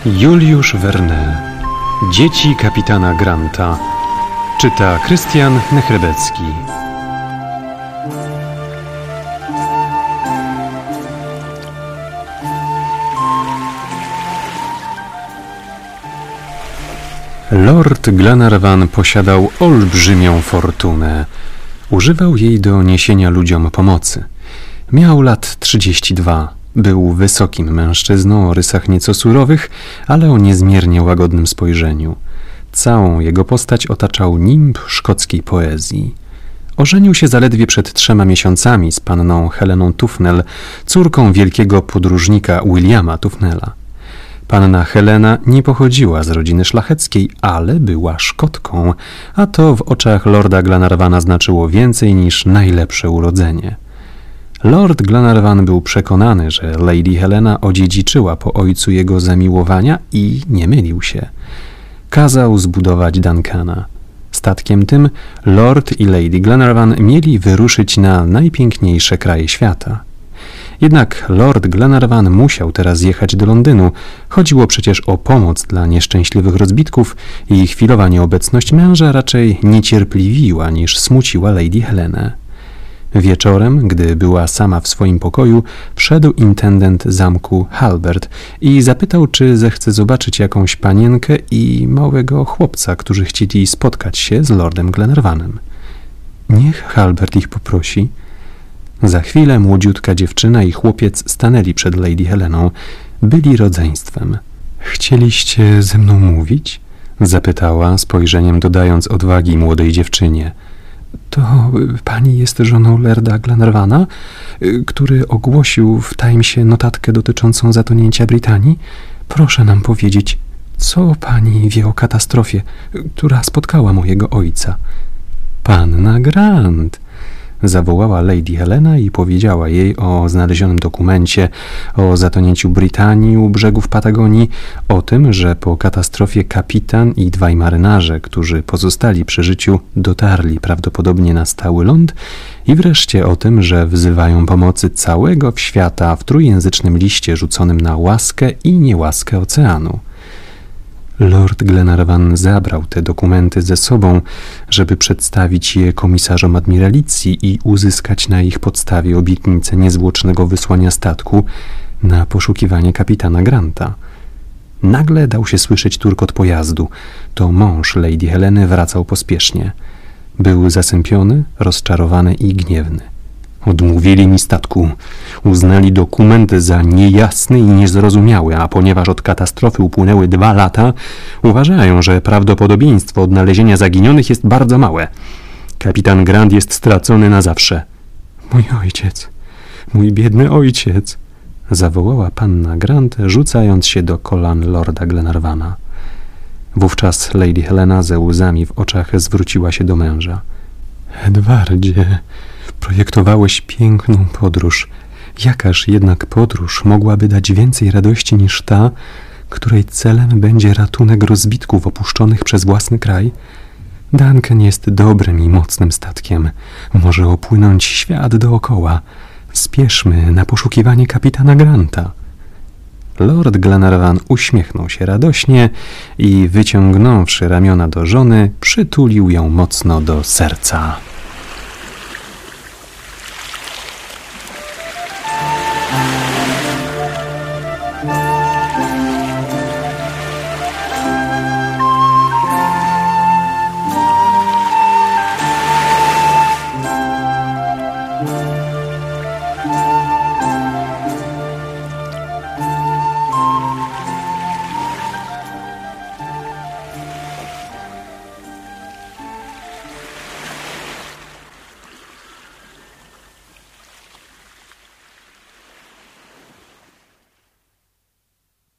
Juliusz Verne. Dzieci kapitana Granta. Czyta Krystian Nechrebecki. Lord Glenarvan posiadał olbrzymią fortunę. Używał jej do niesienia ludziom pomocy. Miał lat 32. Był wysokim mężczyzną o rysach nieco surowych, ale o niezmiernie łagodnym spojrzeniu. Całą jego postać otaczał nimb szkockiej poezji. Ożenił się zaledwie przed 3 miesiącami z panną Heleną Tufnell, córką wielkiego podróżnika Williama Tufnella. Panna Helena nie pochodziła z rodziny szlacheckiej, ale była Szkotką, a to w oczach lorda Glenarvana znaczyło więcej niż najlepsze urodzenie. Lord Glenarvan był przekonany, że Lady Helena odziedziczyła po ojcu jego zamiłowania i nie mylił się. Kazał zbudować Duncana. Statkiem tym Lord i Lady Glenarvan mieli wyruszyć na najpiękniejsze kraje świata. Jednak Lord Glenarvan musiał teraz jechać do Londynu. Chodziło przecież o pomoc dla nieszczęśliwych rozbitków i chwilowa nieobecność męża raczej niecierpliwiła niż smuciła Lady Helenę. Wieczorem, gdy była sama w swoim pokoju, wszedł intendent zamku Halbert i zapytał, czy zechce zobaczyć jakąś panienkę i małego chłopca, którzy chcieli spotkać się z lordem Glenarvanem. Niech Halbert ich poprosi. Za chwilę młodziutka dziewczyna i chłopiec stanęli przed Lady Heleną. Byli rodzeństwem. Chcieliście ze mną mówić? Zapytała, spojrzeniem dodając odwagi młodej dziewczynie. To pani jest żoną lorda Glenarvana, który ogłosił w Timesie notatkę dotyczącą zatonięcia Brytanii? Proszę nam powiedzieć, co pani wie o katastrofie, która spotkała mojego ojca? Panna Grant! Zawołała Lady Helena i powiedziała jej o znalezionym dokumencie, o zatonięciu Brytanii u brzegów Patagonii, o tym, że po katastrofie kapitan i 2 marynarze, którzy pozostali przy życiu, dotarli prawdopodobnie na stały ląd i wreszcie o tym, że wzywają pomocy całego świata w trójjęzycznym liście rzuconym na łaskę i niełaskę oceanu. Lord Glenarvan zabrał te dokumenty ze sobą, żeby przedstawić je komisarzom admiralicji i uzyskać na ich podstawie obietnicę niezwłocznego wysłania statku na poszukiwanie kapitana Granta. Nagle dał się słyszeć turkot pojazdu. To mąż Lady Heleny wracał pospiesznie. Był zasępiony, rozczarowany i gniewny. Odmówili mi statku. Uznali dokument za niejasny i niezrozumiały, a ponieważ od katastrofy upłynęły 2 lata, uważają, że prawdopodobieństwo odnalezienia zaginionych jest bardzo małe. Kapitan Grant jest stracony na zawsze. Mój ojciec, mój biedny ojciec, zawołała panna Grant, rzucając się do kolan lorda Glenarvana. Wówczas Lady Helena ze łzami w oczach zwróciła się do męża. Edwardzie, projektowałeś piękną podróż. Jakaż jednak podróż mogłaby dać więcej radości niż ta, której celem będzie ratunek rozbitków opuszczonych przez własny kraj? Duncan jest dobrym i mocnym statkiem. Może opłynąć świat dookoła. Spieszmy na poszukiwanie kapitana Granta. Lord Glenarvan uśmiechnął się radośnie i wyciągnąwszy ramiona do żony, przytulił ją mocno do serca.